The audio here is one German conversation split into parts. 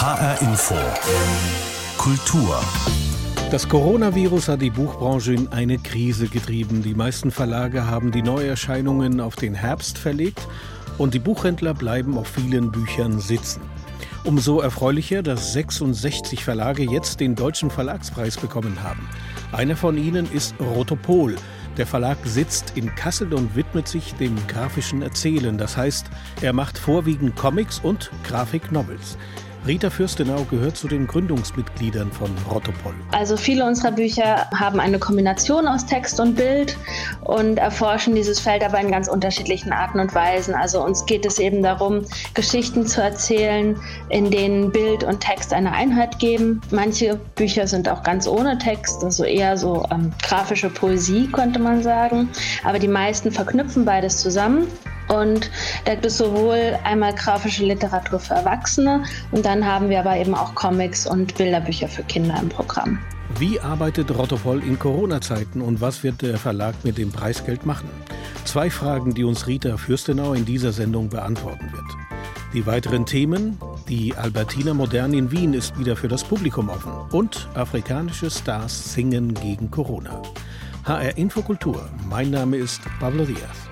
HR Info Kultur. Das Coronavirus hat die Buchbranche in eine Krise getrieben. Die meisten Verlage haben die Neuerscheinungen auf den Herbst verlegt und die Buchhändler bleiben auf vielen Büchern sitzen. Umso erfreulicher, dass 66 Verlage jetzt den Deutschen Verlagspreis bekommen haben. Einer von ihnen ist Rotopol. Der Verlag sitzt in Kassel und widmet sich dem grafischen Erzählen. Das heißt, er macht vorwiegend Comics und Grafik-Novels. Rita Fürstenau gehört zu den Gründungsmitgliedern von Rotopol. Also viele unserer Bücher haben eine Kombination aus Text und Bild und erforschen dieses Feld aber in ganz unterschiedlichen Arten und Weisen. Also uns geht es eben darum, Geschichten zu erzählen, in denen Bild und Text eine Einheit geben. Manche Bücher sind auch ganz ohne Text, also eher so grafische Poesie, könnte man sagen. Aber die meisten verknüpfen beides zusammen. Und da gibt es sowohl einmal grafische Literatur für Erwachsene und dann haben wir aber eben auch Comics und Bilderbücher für Kinder im Programm. Wie arbeitet Rotopol in Corona-Zeiten und was wird der Verlag mit dem Preisgeld machen? 2 Fragen, die uns Rita Fürstenau in dieser Sendung beantworten wird. Die weiteren Themen: Die Albertina Moderne in Wien ist wieder für das Publikum offen und afrikanische Stars singen gegen Corona. HR Infokultur, mein Name ist Pablo Diaz.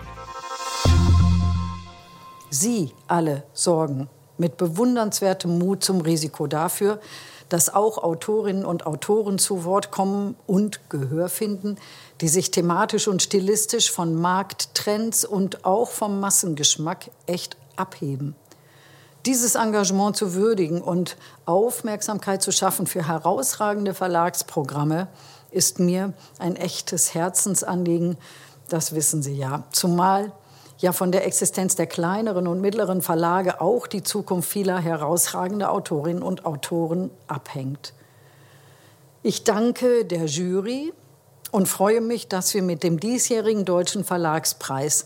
Sie alle sorgen mit bewundernswertem Mut zum Risiko dafür, dass auch Autorinnen und Autoren zu Wort kommen und Gehör finden, die sich thematisch und stilistisch von Markttrends und auch vom Massengeschmack echt abheben. Dieses Engagement zu würdigen und Aufmerksamkeit zu schaffen für herausragende Verlagsprogramme ist mir ein echtes Herzensanliegen, das wissen Sie ja. Zumal ja von der Existenz der kleineren und mittleren Verlage auch die Zukunft vieler herausragender Autorinnen und Autoren abhängt. Ich danke der Jury und freue mich, dass wir mit dem diesjährigen Deutschen Verlagspreis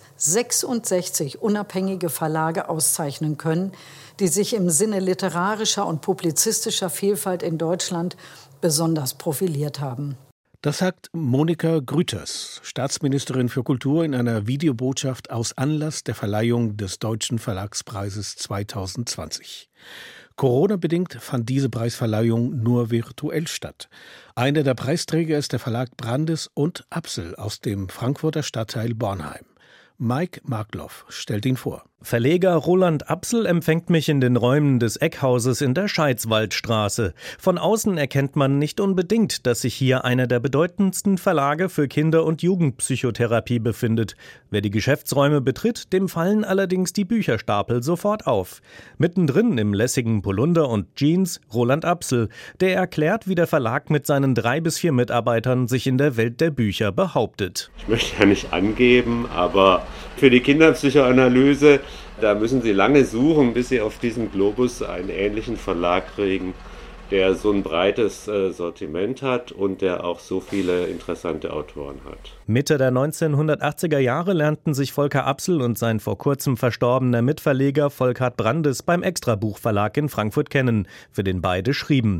66 unabhängige Verlage auszeichnen können, die sich im Sinne literarischer und publizistischer Vielfalt in Deutschland besonders profiliert haben. Das sagt Monika Grüters, Staatsministerin für Kultur, in einer Videobotschaft aus Anlass der Verleihung des Deutschen Verlagspreises 2020. Corona-bedingt fand diese Preisverleihung nur virtuell statt. Einer der Preisträger ist der Verlag Brandes und Apsel aus dem Frankfurter Stadtteil Bornheim. Mike Markloff stellt ihn vor. Verleger Roland Apsel empfängt mich in den Räumen des Eckhauses in der Scheidswaldstraße. Von außen erkennt man nicht unbedingt, dass sich hier einer der bedeutendsten Verlage für Kinder- und Jugendpsychotherapie befindet. Wer die Geschäftsräume betritt, dem fallen allerdings die Bücherstapel sofort auf. Mittendrin im lässigen Polunder und Jeans Roland Apsel, der erklärt, wie der Verlag mit seinen 3 bis 4 Mitarbeitern sich in der Welt der Bücher behauptet. Ich möchte ja nicht angeben, aber für die Kinderpsychoanalyse, da müssen Sie lange suchen, bis Sie auf diesem Globus einen ähnlichen Verlag kriegen, der so ein breites Sortiment hat und der auch so viele interessante Autoren hat. Mitte der 1980er Jahre lernten sich Volker Apsel und sein vor kurzem verstorbener Mitverleger Volkhard Brandes beim Extra-Buch-Verlag in Frankfurt kennen, für den beide schrieben.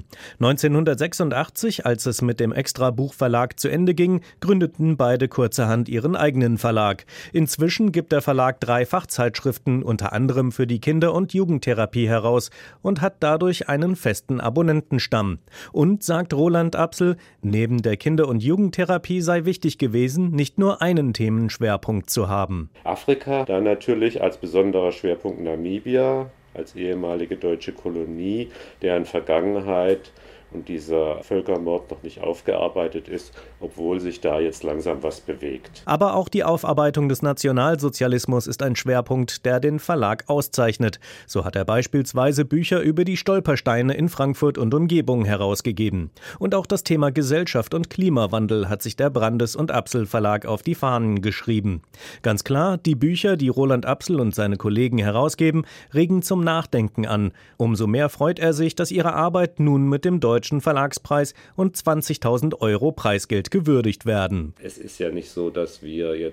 1986, als es mit dem Extra-Buch-Verlag zu Ende ging, gründeten beide kurzerhand ihren eigenen Verlag. Inzwischen gibt der Verlag 3 Fachzeitschriften, unter anderem für die Kinder- und Jugendtherapie heraus und hat dadurch einen festen Abonnentenstamm. Und, sagt Roland Apsel, neben der Kinder- und Jugendtherapie sei wichtig gewesen, nicht nur einen Themenschwerpunkt zu haben. Afrika, da natürlich als besonderer Schwerpunkt Namibia, als ehemalige deutsche Kolonie, deren Vergangenheit und dieser Völkermord noch nicht aufgearbeitet ist, obwohl sich da jetzt langsam was bewegt. Aber auch die Aufarbeitung des Nationalsozialismus ist ein Schwerpunkt, der den Verlag auszeichnet. So hat er beispielsweise Bücher über die Stolpersteine in Frankfurt und Umgebung herausgegeben. Und auch das Thema Gesellschaft und Klimawandel hat sich der Brandes und Apsel Verlag auf die Fahnen geschrieben. Ganz klar, die Bücher, die Roland Apsel und seine Kollegen herausgeben, regen zum Nachdenken an. Umso mehr freut er sich, dass ihre Arbeit nun mit dem Deutschen Verlagspreis und 20.000 € Preisgeld gewürdigt werden. Es ist ja nicht so, dass wir jetzt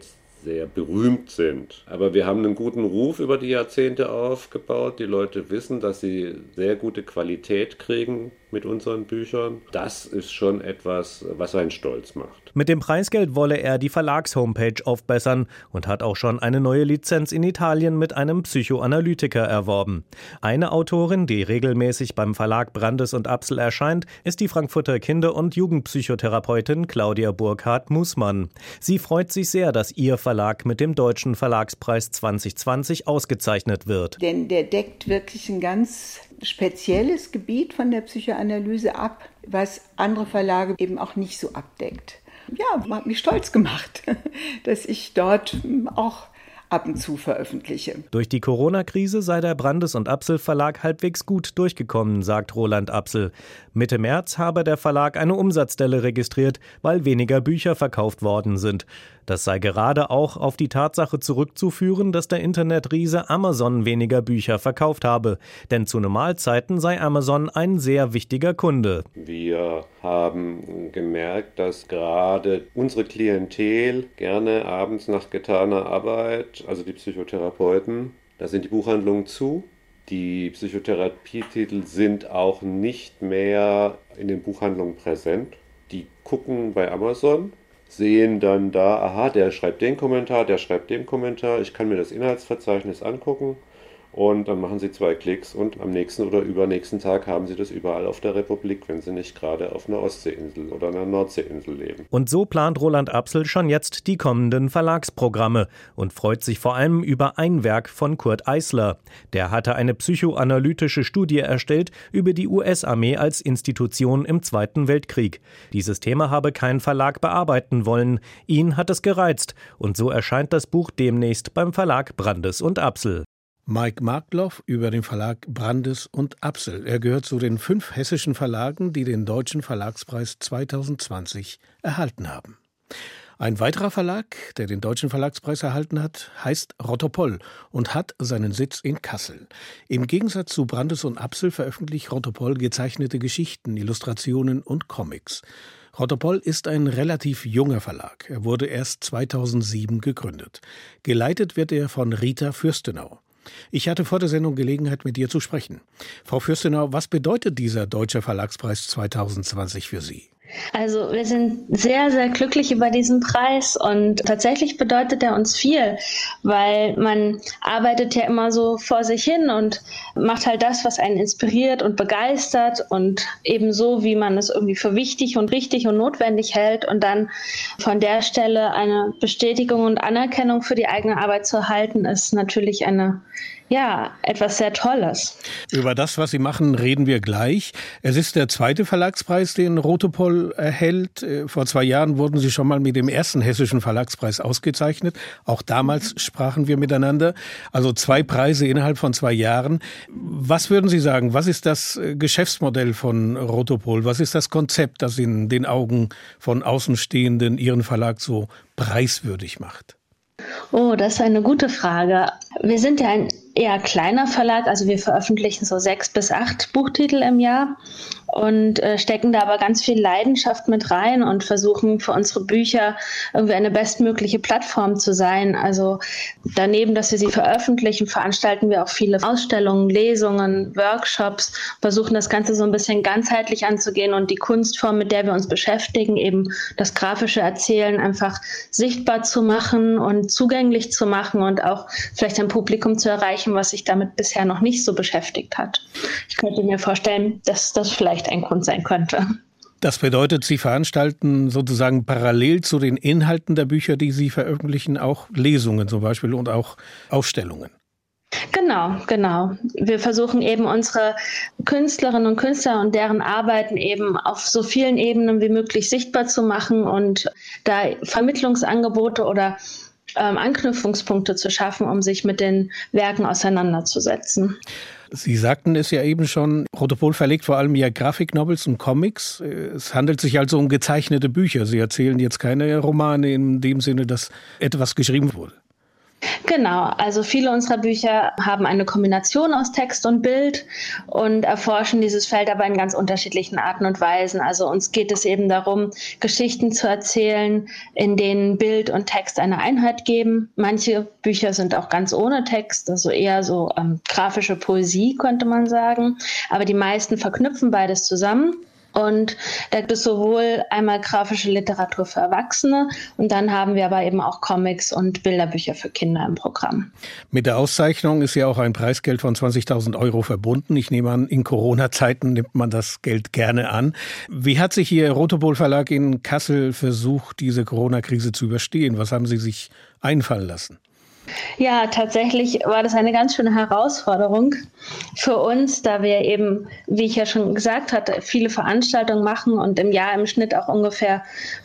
sehr berühmt sind. Aber wir haben einen guten Ruf über die Jahrzehnte aufgebaut. Die Leute wissen, dass sie sehr gute Qualität kriegen mit unseren Büchern. Das ist schon etwas, was einen stolz macht. Mit dem Preisgeld wolle er die Verlagshomepage aufbessern und hat auch schon eine neue Lizenz in Italien mit einem Psychoanalytiker erworben. Eine Autorin, die regelmäßig beim Verlag Brandes und Apsel erscheint, ist die Frankfurter Kinder- und Jugendpsychotherapeutin Claudia Burkhardt-Mußmann. Sie freut sich sehr, dass ihr Verlag mit dem Deutschen Verlagspreis 2020 ausgezeichnet wird. Denn der deckt wirklich ein ganz spezielles Gebiet von der Psychoanalyse ab, was andere Verlage eben auch nicht so abdeckt. Ja, hat mich stolz gemacht, dass ich dort auch ab und zu veröffentliche. Durch die Corona-Krise sei der Brandes und Apsel Verlag halbwegs gut durchgekommen, sagt Roland Apsel. Mitte März habe der Verlag eine Umsatzdelle registriert, weil weniger Bücher verkauft worden sind. Das sei gerade auch auf die Tatsache zurückzuführen, dass der Internetriese Amazon weniger Bücher verkauft habe. Denn zu Normalzeiten sei Amazon ein sehr wichtiger Kunde. Wir haben gemerkt, dass gerade unsere Klientel gerne abends nach getaner Arbeit, also die Psychotherapeuten, da sind die Buchhandlungen zu. Die Psychotherapietitel sind auch nicht mehr in den Buchhandlungen präsent. Die gucken bei Amazon, sehen dann da, aha, der schreibt den Kommentar, der schreibt den Kommentar, ich kann mir das Inhaltsverzeichnis angucken und dann machen sie 2 Klicks und am nächsten oder übernächsten Tag haben sie das überall auf der Republik, wenn sie nicht gerade auf einer Ostseeinsel oder einer Nordseeinsel leben. Und so plant Roland Apsel schon jetzt die kommenden Verlagsprogramme und freut sich vor allem über ein Werk von Kurt Eisler. Der hatte eine psychoanalytische Studie erstellt über die US-Armee als Institution im Zweiten Weltkrieg. Dieses Thema habe kein Verlag bearbeiten wollen. Ihn hat es gereizt und so erscheint das Buch demnächst beim Verlag Brandes und Apsel. Mike Markloff über den Verlag Brandes und Apsel. Er gehört zu den 5 hessischen Verlagen, die den Deutschen Verlagspreis 2020 erhalten haben. Ein weiterer Verlag, der den Deutschen Verlagspreis erhalten hat, heißt Rotopol und hat seinen Sitz in Kassel. Im Gegensatz zu Brandes und Apsel veröffentlicht Rotopol gezeichnete Geschichten, Illustrationen und Comics. Rotopol ist ein relativ junger Verlag. Er wurde erst 2007 gegründet. Geleitet wird er von Rita Fürstenau. Ich hatte vor der Sendung Gelegenheit, mit ihr zu sprechen. Frau Fürstenau, was bedeutet dieser Deutsche Verlagspreis 2020 für Sie? Also wir sind sehr, sehr glücklich über diesen Preis und tatsächlich bedeutet er uns viel, weil man arbeitet ja immer so vor sich hin und macht halt das, was einen inspiriert und begeistert und ebenso, wie man es irgendwie für wichtig und richtig und notwendig hält und dann von der Stelle eine Bestätigung und Anerkennung für die eigene Arbeit zu erhalten, ist natürlich etwas sehr Tolles. Über das, was Sie machen, reden wir gleich. Es ist der 2. Verlagspreis, den Rotopol erhält. Vor 2 Jahren wurden Sie schon mal mit dem 1. Hessischen Verlagspreis ausgezeichnet. Auch damals sprachen wir miteinander. Also 2 Preise innerhalb von 2 Jahren. Was würden Sie sagen? Was ist das Geschäftsmodell von Rotopol? Was ist das Konzept, das in den Augen von Außenstehenden Ihren Verlag so preiswürdig macht? Oh, das ist eine gute Frage. Wir sind ja ein eher kleiner Verlag, also wir veröffentlichen so 6 bis 8 Buchtitel im Jahr und stecken da aber ganz viel Leidenschaft mit rein und versuchen für unsere Bücher irgendwie eine bestmögliche Plattform zu sein. Also daneben, dass wir sie veröffentlichen, veranstalten wir auch viele Ausstellungen, Lesungen, Workshops, versuchen das Ganze so ein bisschen ganzheitlich anzugehen und die Kunstform, mit der wir uns beschäftigen, eben das grafische Erzählen einfach sichtbar zu machen und zugänglich zu machen und auch vielleicht ein Publikum zu erreichen, was sich damit bisher noch nicht so beschäftigt hat. Ich könnte mir vorstellen, dass das vielleicht ein Grund sein könnte. Das bedeutet, Sie veranstalten sozusagen parallel zu den Inhalten der Bücher, die Sie veröffentlichen, auch Lesungen zum Beispiel und auch Ausstellungen. Genau. Wir versuchen eben unsere Künstlerinnen und Künstler und deren Arbeiten eben auf so vielen Ebenen wie möglich sichtbar zu machen und da Vermittlungsangebote oder Anknüpfungspunkte zu schaffen, um sich mit den Werken auseinanderzusetzen. Sie sagten es ja eben schon, Rotopol verlegt vor allem ja Grafiknovels und Comics. Es handelt sich also um gezeichnete Bücher. Sie erzählen jetzt keine Romane in dem Sinne, dass etwas geschrieben wurde. Genau, also viele unserer Bücher haben eine Kombination aus Text und Bild und erforschen dieses Feld aber in ganz unterschiedlichen Arten und Weisen. Also uns geht es eben darum, Geschichten zu erzählen, in denen Bild und Text eine Einheit geben. Manche Bücher sind auch ganz ohne Text, also eher so grafische Poesie, könnte man sagen. Aber die meisten verknüpfen beides zusammen. Und da gibt es sowohl einmal grafische Literatur für Erwachsene und dann haben wir aber eben auch Comics und Bilderbücher für Kinder im Programm. Mit der Auszeichnung ist ja auch ein Preisgeld von 20.000 € verbunden. Ich nehme an, in Corona-Zeiten nimmt man das Geld gerne an. Wie hat sich Ihr Rotopol Verlag in Kassel versucht, diese Corona-Krise zu überstehen? Was haben Sie sich einfallen lassen? Ja, tatsächlich war das eine ganz schöne Herausforderung für uns, da wir eben, wie ich ja schon gesagt hatte, viele Veranstaltungen machen und im Jahr im Schnitt auch ungefähr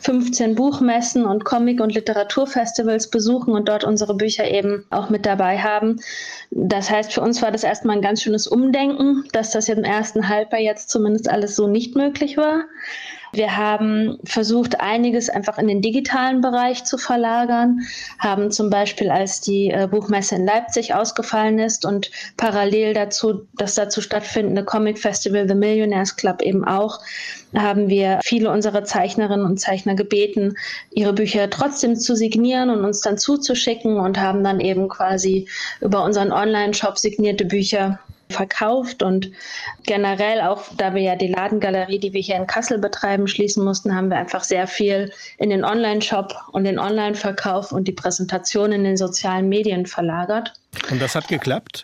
15 Buchmessen und Comic- und Literaturfestivals besuchen und dort unsere Bücher eben auch mit dabei haben. Das heißt, für uns war das erstmal ein ganz schönes Umdenken, dass das im ersten Halbjahr jetzt zumindest alles so nicht möglich war. Wir haben versucht, einiges einfach in den digitalen Bereich zu verlagern, haben zum Beispiel, als die Buchmesse in Leipzig ausgefallen ist und parallel dazu das dazu stattfindende Comic-Festival The Millionaires Club eben auch, haben wir viele unserer Zeichnerinnen und Zeichner gebeten, ihre Bücher trotzdem zu signieren und uns dann zuzuschicken und haben dann eben quasi über unseren Online-Shop signierte Bücher verkauft und generell auch, da wir ja die Ladengalerie, die wir hier in Kassel betreiben, schließen mussten, haben wir einfach sehr viel in den Online-Shop und den Online-Verkauf und die Präsentation in den sozialen Medien verlagert. Und das hat geklappt?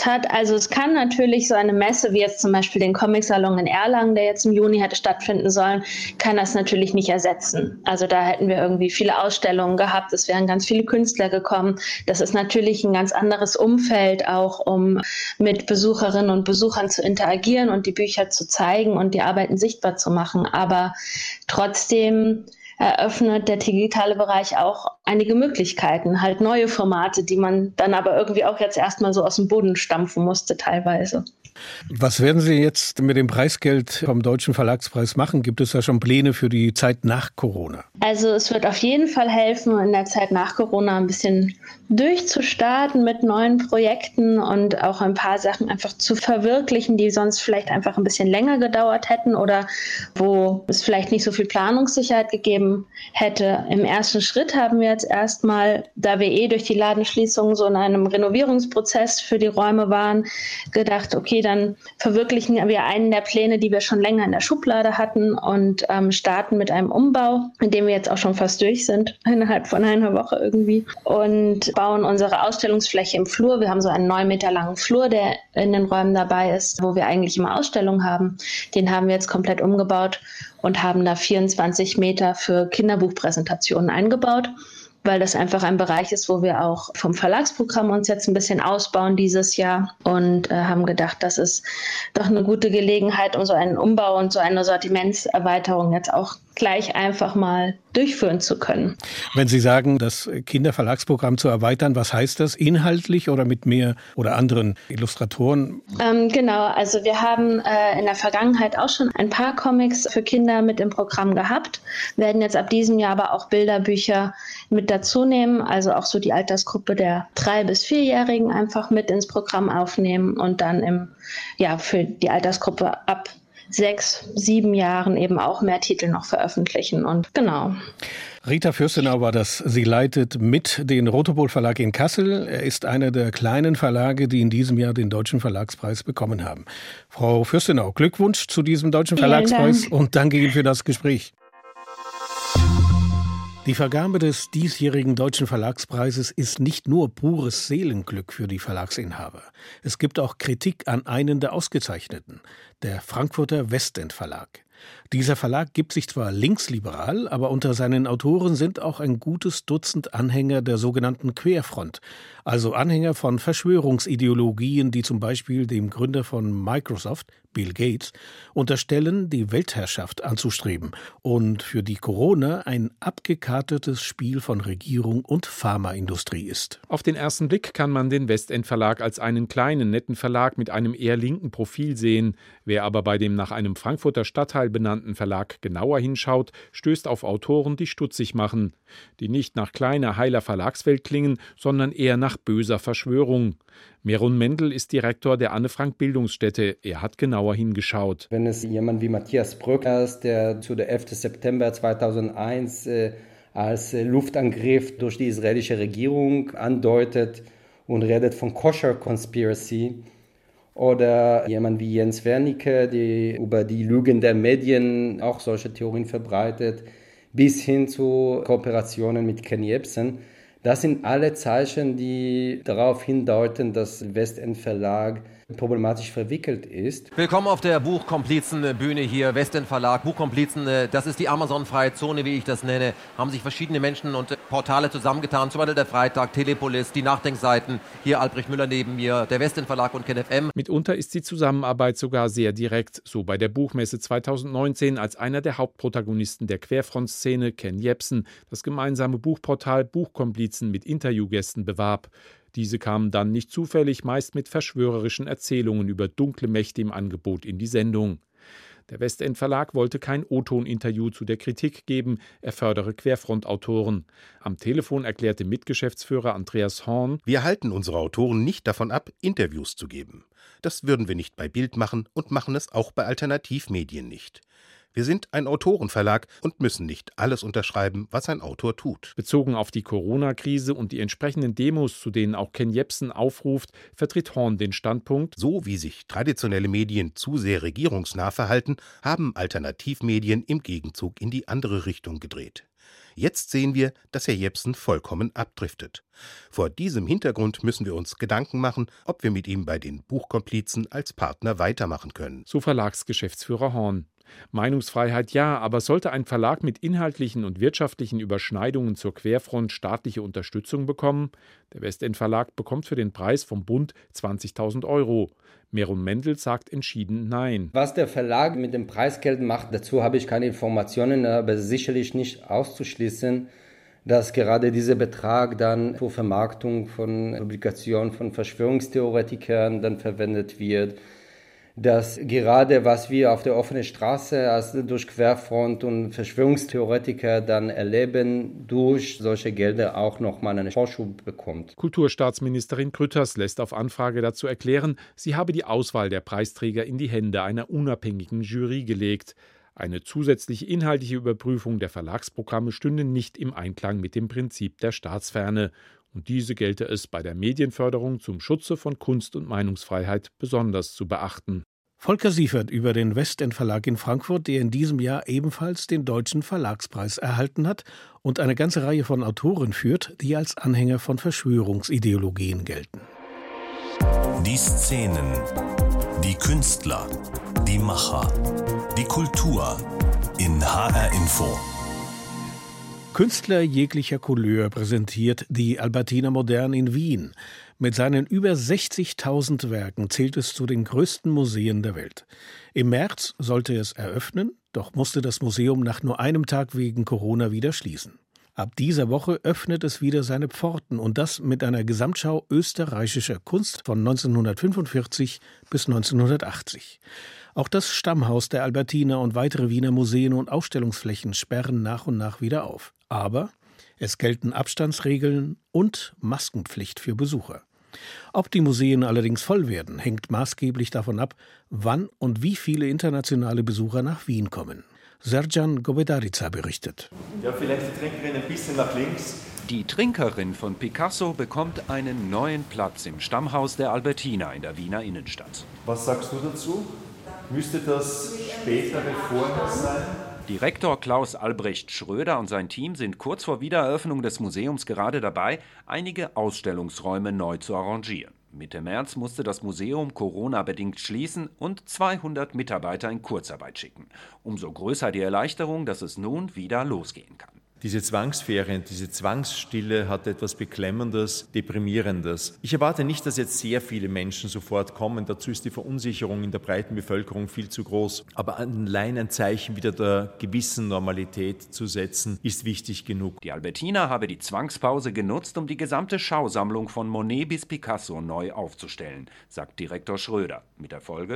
Es kann natürlich so eine Messe wie jetzt zum Beispiel den Comic-Salon in Erlangen, der jetzt im Juni hätte stattfinden sollen, kann das natürlich nicht ersetzen. Also da hätten wir irgendwie viele Ausstellungen gehabt, es wären ganz viele Künstler gekommen. Das ist natürlich ein ganz anderes Umfeld auch, um mit Besucherinnen und Besuchern zu interagieren und die Bücher zu zeigen und die Arbeiten sichtbar zu machen. Aber trotzdem eröffnet der digitale Bereich auch einige Möglichkeiten, halt neue Formate, die man dann aber irgendwie auch jetzt erstmal so aus dem Boden stampfen musste teilweise. Was werden Sie jetzt mit dem Preisgeld vom Deutschen Verlagspreis machen? Gibt es da schon Pläne für die Zeit nach Corona? Also es wird auf jeden Fall helfen, in der Zeit nach Corona ein bisschen durchzustarten mit neuen Projekten und auch ein paar Sachen einfach zu verwirklichen, die sonst vielleicht einfach ein bisschen länger gedauert hätten oder wo es vielleicht nicht so viel Planungssicherheit gegeben hätte. Im ersten Schritt haben wir jetzt erstmal, da wir durch die Ladenschließung so in einem Renovierungsprozess für die Räume waren, gedacht, okay, dann verwirklichen wir einen der Pläne, die wir schon länger in der Schublade hatten und starten mit einem Umbau, in dem wir jetzt auch schon fast durch sind, innerhalb von einer Woche irgendwie, und bauen unsere Ausstellungsfläche im Flur. Wir haben so einen 9 Meter langen Flur, der in den Räumen dabei ist, wo wir eigentlich immer Ausstellungen haben. Den haben wir jetzt komplett umgebaut und haben da 24 Meter für Kinderbuchpräsentationen eingebaut, weil das einfach ein Bereich ist, wo wir auch vom Verlagsprogramm uns jetzt ein bisschen ausbauen dieses Jahr und haben gedacht, das ist doch eine gute Gelegenheit, um so einen Umbau und so eine Sortimentserweiterung jetzt auch gleich einfach mal durchführen zu können. Wenn Sie sagen, das Kinderverlagsprogramm zu erweitern, was heißt das? Inhaltlich oder mit mehr oder anderen Illustratoren? Genau, also wir haben in der Vergangenheit auch schon ein paar Comics für Kinder mit im Programm gehabt, werden jetzt ab diesem Jahr aber auch Bilderbücher mit dazu nehmen, also auch so die Altersgruppe der 3- bis 4-Jährigen einfach mit ins Programm aufnehmen und dann für die Altersgruppe ab 6, 7 Jahren eben auch mehr Titel noch veröffentlichen und genau. Rita Fürstenau war das. Sie leitet mit den Rotopol Verlag in Kassel. Er ist einer der kleinen Verlage, die in diesem Jahr den Deutschen Verlagspreis bekommen haben. Frau Fürstenau, Glückwunsch zu diesem Deutschen Verlagspreis und danke Ihnen für das Gespräch. Die Vergabe des diesjährigen Deutschen Verlagspreises ist nicht nur pures Seelenglück für die Verlagsinhaber. Es gibt auch Kritik an einen der Ausgezeichneten, der Frankfurter Westend Verlag. Dieser Verlag gibt sich zwar linksliberal, aber unter seinen Autoren sind auch ein gutes Dutzend Anhänger der sogenannten Querfront, also Anhänger von Verschwörungsideologien, die zum Beispiel dem Gründer von Microsoft, Bill Gates, unterstellen, die Weltherrschaft anzustreben und für die Corona ein abgekartetes Spiel von Regierung und Pharmaindustrie ist. Auf den ersten Blick kann man den Westend Verlag als einen kleinen, netten Verlag mit einem eher linken Profil sehen. Wer aber bei dem nach einem Frankfurter Stadtteil Vorteil benannten Verlag genauer hinschaut, stößt auf Autoren, die stutzig machen, die nicht nach kleiner, heiler Verlagswelt klingen, sondern eher nach böser Verschwörung. Meron Mendel ist Direktor der Anne-Frank-Bildungsstätte. Er hat genauer hingeschaut. Wenn es jemand wie Matthias Bröcker ist, der zu der 11. September 2001 als Luftangriff durch die israelische Regierung andeutet und redet von Kosher Conspiracy, oder jemand wie Jens Wernicke, der über die Lügen der Medien auch solche Theorien verbreitet, bis hin zu Kooperationen mit Ken Jebsen. Das sind alle Zeichen, die darauf hindeuten, dass Westend Verlag problematisch verwickelt ist. Willkommen auf der Buchkomplizen-Bühne hier, Westend Verlag. Buchkomplizen, das ist die Amazon-freie Zone, wie ich das nenne. Haben sich verschiedene Menschen und Portale zusammengetan, zum Beispiel der Freitag, Telepolis, die Nachdenkseiten, hier Albrecht Müller neben mir, der Westend Verlag und KenFM. Mitunter ist die Zusammenarbeit sogar sehr direkt, so bei der Buchmesse 2019, als einer der Hauptprotagonisten der Querfront-Szene, Ken Jebsen, das gemeinsame Buchportal Buchkomplizen mit Interviewgästen bewarb. Diese kamen dann nicht zufällig, meist mit verschwörerischen Erzählungen über dunkle Mächte im Angebot in die Sendung. Der Westend Verlag wollte kein O-Ton-Interview zu der Kritik geben, er fördere Querfrontautoren. Am Telefon erklärte Mitgeschäftsführer Andreas Horn: Wir halten unsere Autoren nicht davon ab, Interviews zu geben. Das würden wir nicht bei Bild machen und machen es auch bei Alternativmedien nicht. Wir sind ein Autorenverlag und müssen nicht alles unterschreiben, was ein Autor tut. Bezogen auf die Corona-Krise und die entsprechenden Demos, zu denen auch Ken Jebsen aufruft, vertritt Horn den Standpunkt: So wie sich traditionelle Medien zu sehr regierungsnah verhalten, haben Alternativmedien im Gegenzug in die andere Richtung gedreht. Jetzt sehen wir, dass Herr Jebsen vollkommen abdriftet. Vor diesem Hintergrund müssen wir uns Gedanken machen, ob wir mit ihm bei den Buchkomplizen als Partner weitermachen können. So Verlagsgeschäftsführer Horn. Meinungsfreiheit ja, aber sollte ein Verlag mit inhaltlichen und wirtschaftlichen Überschneidungen zur Querfront staatliche Unterstützung bekommen? Der Westend Verlag bekommt für den Preis vom Bund 20.000 €. Meron Mendel sagt entschieden Nein. Was der Verlag mit dem Preisgeld macht, dazu habe ich keine Informationen, aber sicherlich nicht auszuschließen, dass gerade dieser Betrag dann für Vermarktung von Publikationen von Verschwörungstheoretikern dann verwendet wird. Dass gerade was wir auf der offenen Straße als durch Querfront und Verschwörungstheoretiker dann erleben, durch solche Gelder auch nochmal einen Vorschub bekommt. Kulturstaatsministerin Grütters lässt auf Anfrage dazu erklären, sie habe die Auswahl der Preisträger in die Hände einer unabhängigen Jury gelegt. Eine zusätzliche inhaltliche Überprüfung der Verlagsprogramme stünde nicht im Einklang mit dem Prinzip der Staatsferne. Und diese gelte es bei der Medienförderung zum Schutze von Kunst- und Meinungsfreiheit besonders zu beachten. Volker Siefert über den Westend Verlag in Frankfurt, der in diesem Jahr ebenfalls den Deutschen Verlagspreis erhalten hat und eine ganze Reihe von Autoren führt, die als Anhänger von Verschwörungsideologien gelten. Die Szenen, die Künstler, die Macher, die Kultur in HR Info. Künstler jeglicher Couleur präsentiert die Albertina Modern in Wien. Mit seinen über 60.000 Werken zählt es zu den größten Museen der Welt. Im März sollte es eröffnen, doch musste das Museum nach nur einem Tag wegen Corona wieder schließen. Ab dieser Woche öffnet es wieder seine Pforten und das mit einer Gesamtschau österreichischer Kunst von 1945 bis 1980. Auch das Stammhaus der Albertina und weitere Wiener Museen und Ausstellungsflächen sperren nach und nach wieder auf. Aber es gelten Abstandsregeln und Maskenpflicht für Besucher. Ob die Museen allerdings voll werden, hängt maßgeblich davon ab, wann und wie viele internationale Besucher nach Wien kommen. Serjan Gobedarica berichtet. Ja, vielleicht die Trinkerin ein bisschen nach links. Die Trinkerin von Picasso bekommt einen neuen Platz im Stammhaus der Albertina in der Wiener Innenstadt. Was sagst du dazu? Müsste das spätere vorher sein? Direktor Klaus Albrecht Schröder und sein Team sind kurz vor Wiedereröffnung des Museums gerade dabei, einige Ausstellungsräume neu zu arrangieren. Mitte März musste das Museum Corona-bedingt schließen und 200 Mitarbeiter in Kurzarbeit schicken. Umso größer die Erleichterung, dass es nun wieder losgehen kann. Diese Zwangsferien, diese Zwangsstille hat etwas Beklemmendes, Deprimierendes. Ich erwarte nicht, dass jetzt sehr viele Menschen sofort kommen. Dazu ist die Verunsicherung in der breiten Bevölkerung viel zu groß. Aber allein ein Zeichen wieder der gewissen Normalität zu setzen, ist wichtig genug. Die Albertina habe die Zwangspause genutzt, um die gesamte Schausammlung von Monet bis Picasso neu aufzustellen, sagt Direktor Schröder. Mit der Folge: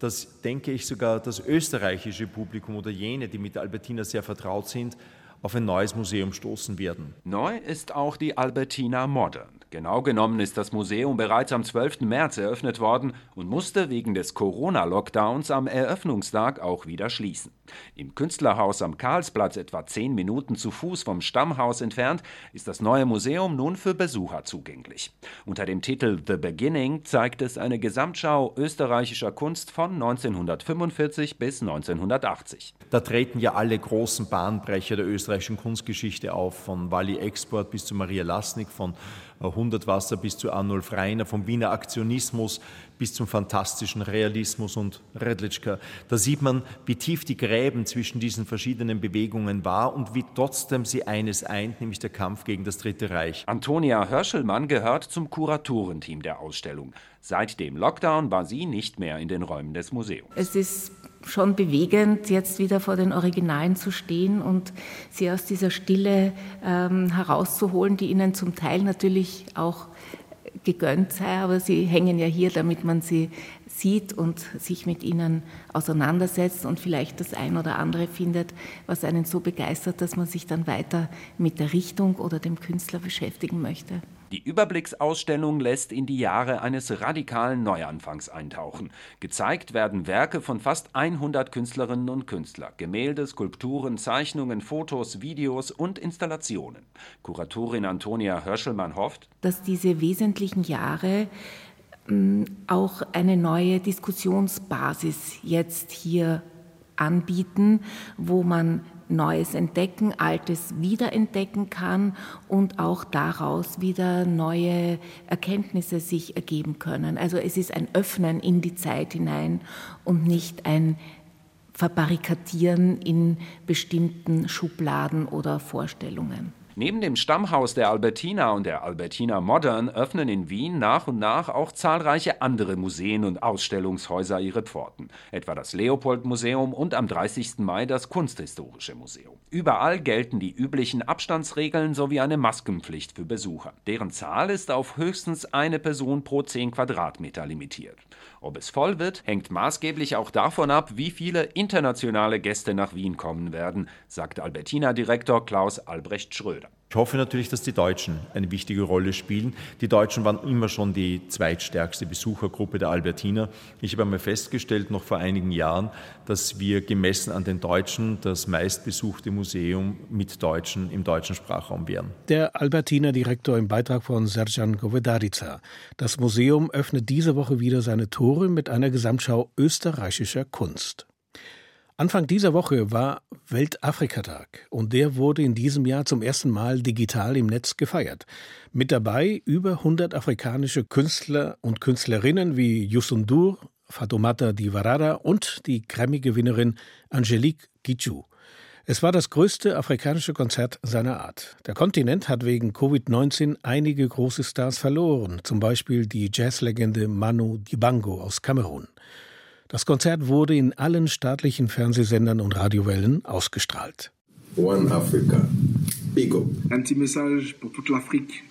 dass, denke ich, sogar das österreichische Publikum oder jene, die mit der Albertina sehr vertraut sind, auf ein neues Museum stoßen werden. Neu ist auch die Albertina Modern. Genau genommen ist das Museum bereits am 12. März eröffnet worden und musste wegen des Corona-Lockdowns am Eröffnungstag auch wieder schließen. Im Künstlerhaus am Karlsplatz, etwa 10 Minuten zu Fuß vom Stammhaus entfernt, ist das neue Museum nun für Besucher zugänglich. Unter dem Titel The Beginning zeigt es eine Gesamtschau österreichischer Kunst von 1945 bis 1980. Da treten ja alle großen Bahnbrecher der österreichischen Kunstgeschichte auf, von Wally Export bis zu Maria Lasnik, von Hundertwasser bis zu Arnulf Reiner, vom Wiener Aktionismus bis zum fantastischen Realismus und Redlička. Da sieht man, wie tief die Gräben zwischen diesen verschiedenen Bewegungen war und wie trotzdem sie eines eint, nämlich der Kampf gegen das Dritte Reich. Antonia Hörschelmann gehört zum Kuratorenteam der Ausstellung. Seit dem Lockdown war sie nicht mehr in den Räumen des Museums. Es ist schon bewegend, jetzt wieder vor den Originalen zu stehen und sie aus dieser Stille herauszuholen, die ihnen zum Teil natürlich auch gegönnt sei, aber sie hängen ja hier, damit man sie sieht und sich mit ihnen auseinandersetzt und vielleicht das ein oder andere findet, was einen so begeistert, dass man sich dann weiter mit der Richtung oder dem Künstler beschäftigen möchte. Die Überblicksausstellung lässt in die Jahre eines radikalen Neuanfangs eintauchen. Gezeigt werden Werke von fast 100 Künstlerinnen und Künstlern. Gemälde, Skulpturen, Zeichnungen, Fotos, Videos und Installationen. Kuratorin Antonia Hörschelmann hofft, dass diese wesentlichen Jahre auch eine neue Diskussionsbasis jetzt hier anbieten, wo man Neues entdecken, Altes wiederentdecken kann und auch daraus wieder neue Erkenntnisse sich ergeben können. Also es ist ein Öffnen in die Zeit hinein und nicht ein Verbarrikadieren in bestimmten Schubladen oder Vorstellungen. Neben dem Stammhaus der Albertina und der Albertina Modern öffnen in Wien nach und nach auch zahlreiche andere Museen und Ausstellungshäuser ihre Pforten. Etwa das Leopold-Museum und am 30. Mai das Kunsthistorische Museum. Überall gelten die üblichen Abstandsregeln sowie eine Maskenpflicht für Besucher. Deren Zahl ist auf höchstens eine Person pro 10 Quadratmeter limitiert. Ob es voll wird, hängt maßgeblich auch davon ab, wie viele internationale Gäste nach Wien kommen werden, sagt Albertina-Direktor Klaus Albrecht Schröder. Ich hoffe natürlich, dass die Deutschen eine wichtige Rolle spielen. Die Deutschen waren immer schon die zweitstärkste Besuchergruppe der Albertina. Ich habe einmal festgestellt, noch vor einigen Jahren, dass wir gemessen an den Deutschen das meistbesuchte Museum mit Deutschen im deutschen Sprachraum wären. Der Albertina-Direktor im Beitrag von Serjan Govedarica. Das Museum öffnet diese Woche wieder seine Tore mit einer Gesamtschau österreichischer Kunst. Anfang dieser Woche war Weltafrikatag und der wurde in diesem Jahr zum ersten Mal digital im Netz gefeiert. Mit dabei über 100 afrikanische Künstler und Künstlerinnen wie Youssou N'Dour, Fatoumata Diawara und die Grammy-Gewinnerin Angelique Kidjo. Es war das größte afrikanische Konzert seiner Art. Der Kontinent hat wegen Covid-19 einige große Stars verloren, zum Beispiel die Jazzlegende Manu Dibango aus Kamerun. Das Konzert wurde in allen staatlichen Fernsehsendern und Radiowellen ausgestrahlt. One Africa. Big up. Un petit message pour toute l'Afrique.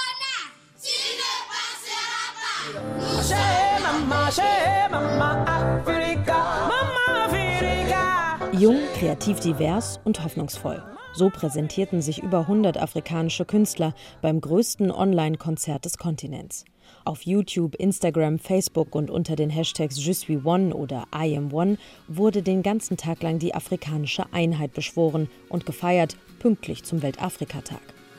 Jung, kreativ divers und hoffnungsvoll. So präsentierten sich über 100 afrikanische Künstler beim größten Online-Konzert des Kontinents. Auf YouTube, Instagram, Facebook und unter den Hashtags Je suis One oder I am One wurde den ganzen Tag lang die afrikanische Einheit beschworen und gefeiert, pünktlich zum Weltafrikatag.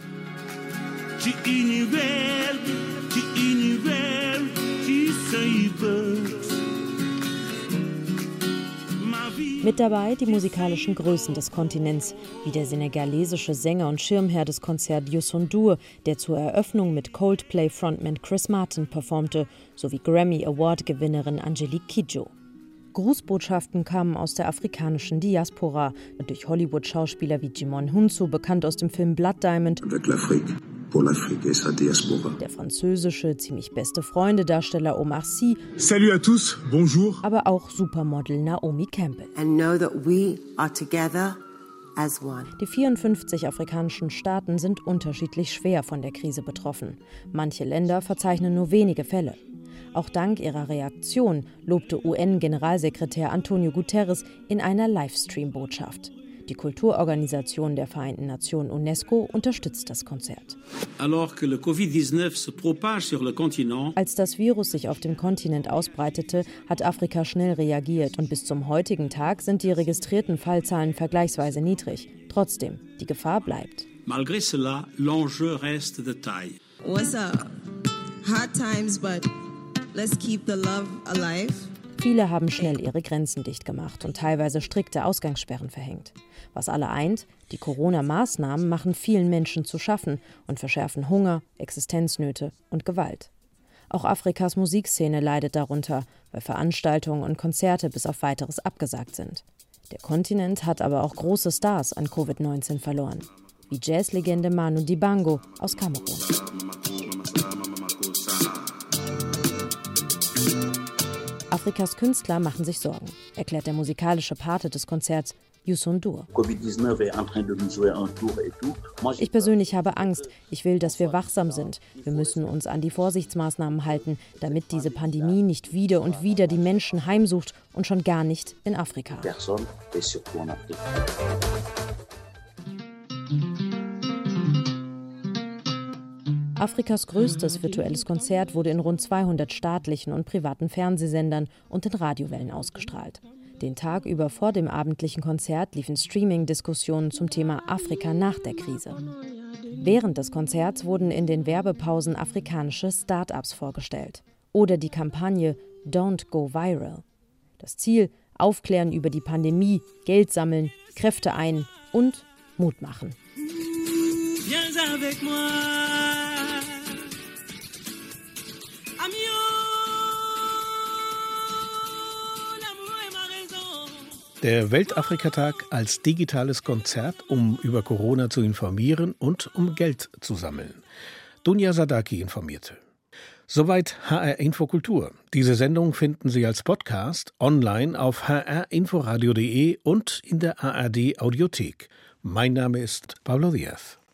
Mit dabei die musikalischen Größen des Kontinents, wie der senegalesische Sänger und Schirmherr des Konzerts Youssou N'Dour, der zur Eröffnung mit Coldplay-Frontman Chris Martin performte, sowie Grammy-Award-Gewinnerin Angelique Kidjo. Grußbotschaften kamen aus der afrikanischen Diaspora, durch Hollywood-Schauspieler wie Djimon Hounsou, bekannt aus dem Film Blood Diamond, der französische, ziemlich beste Freunde-Darsteller Omar Sy, Salut à tous, bonjour. Aber auch Supermodel Naomi Campbell. And know that we are together as one. Die 54 afrikanischen Staaten sind unterschiedlich schwer von der Krise betroffen. Manche Länder verzeichnen nur wenige Fälle. Auch dank ihrer Reaktion, lobte UN-Generalsekretär Antonio Guterres in einer Livestream-Botschaft. Die Kulturorganisation der Vereinten Nationen UNESCO unterstützt das Konzert. Als das Virus sich auf dem Kontinent ausbreitete, hat Afrika schnell reagiert und bis zum heutigen Tag sind die registrierten Fallzahlen vergleichsweise niedrig. Trotzdem, die Gefahr bleibt. Malgré cela, l'enjeu reste de taille. What's up? Hard times, but let's keep the love alive. Viele haben schnell ihre Grenzen dicht gemacht und teilweise strikte Ausgangssperren verhängt. Was alle eint, die Corona-Maßnahmen machen vielen Menschen zu schaffen und verschärfen Hunger, Existenznöte und Gewalt. Auch Afrikas Musikszene leidet darunter, weil Veranstaltungen und Konzerte bis auf Weiteres abgesagt sind. Der Kontinent hat aber auch große Stars an Covid-19 verloren, wie Jazzlegende Manu Dibango aus Kamerun. Afrikas Künstler machen sich Sorgen, erklärt der musikalische Pate des Konzerts, Youssou N'Dour. Ich persönlich habe Angst. Ich will, dass wir wachsam sind. Wir müssen uns an die Vorsichtsmaßnahmen halten, damit diese Pandemie nicht wieder und wieder die Menschen heimsucht und schon gar nicht in Afrika. Afrikas größtes virtuelles Konzert wurde in rund 200 staatlichen und privaten Fernsehsendern und in Radiowellen ausgestrahlt. Den Tag über vor dem abendlichen Konzert liefen Streaming-Diskussionen zum Thema Afrika nach der Krise. Während des Konzerts wurden in den Werbepausen afrikanische Start-ups vorgestellt. Oder die Kampagne Don't Go Viral. Das Ziel: Aufklären über die Pandemie, Geld sammeln, Kräfte ein und Mut machen. Viens avec moi. Der Weltafrikatag als digitales Konzert, um über Corona zu informieren und um Geld zu sammeln. Dunja Sadaki informierte. Soweit HR Info Kultur. Diese Sendung finden Sie als Podcast online auf hrinforadio.de und in der ARD Audiothek. Mein Name ist Pablo Diaz.